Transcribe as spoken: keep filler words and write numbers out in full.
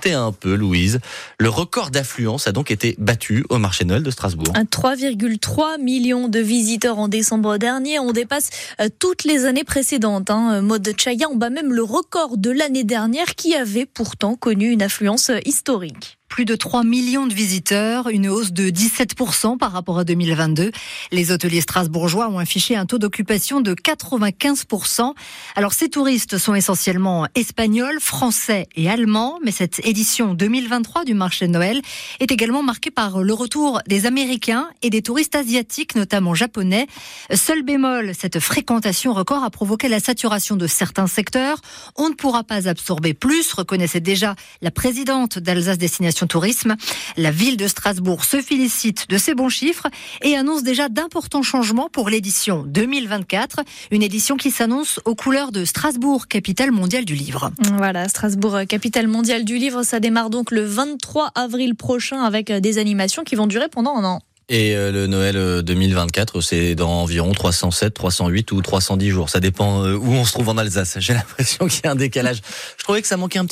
doutais un peu, Louise. Le record d'affluence a donc été battu au marché Noël de Strasbourg. trois virgule trois millions de visiteurs en décembre dernier. On dépasse toutes les années précédentes. Hein. Maud Chaya, on bat même le record de l'année dernière qui avait pourtant connu une affluence historique. Plus de trois millions de visiteurs, une hausse de dix-sept pour cent par rapport à deux mille vingt-deux. Les hôteliers strasbourgeois ont affiché un taux d'occupation de quatre-vingt-quinze pour cent. Alors ces touristes sont essentiellement espagnols, français et allemands, mais cette édition deux mille vingt-trois du marché de Noël est également marquée par le retour des Américains et des touristes asiatiques, notamment japonais. Seul bémol, cette fréquentation record a provoqué la saturation de certains secteurs. On ne pourra pas absorber plus, reconnaissait déjà la présidente d'Alsace Destination Tourisme. La ville de Strasbourg se félicite de ces bons chiffres et annonce déjà d'importants changements pour l'édition deux mille vingt-quatre, une édition qui s'annonce aux couleurs de Strasbourg, capitale mondiale du livre. Voilà, Strasbourg, capitale mondiale du livre, ça démarre donc le vingt-trois avril prochain avec des animations qui vont durer pendant un an. Et le Noël deux mille vingt-quatre, c'est dans environ trois cent sept, trois cent huit ou trois cent dix jours. Ça dépend où on se trouve en Alsace. J'ai l'impression qu'il y a un décalage. Je trouvais que ça manquait un petit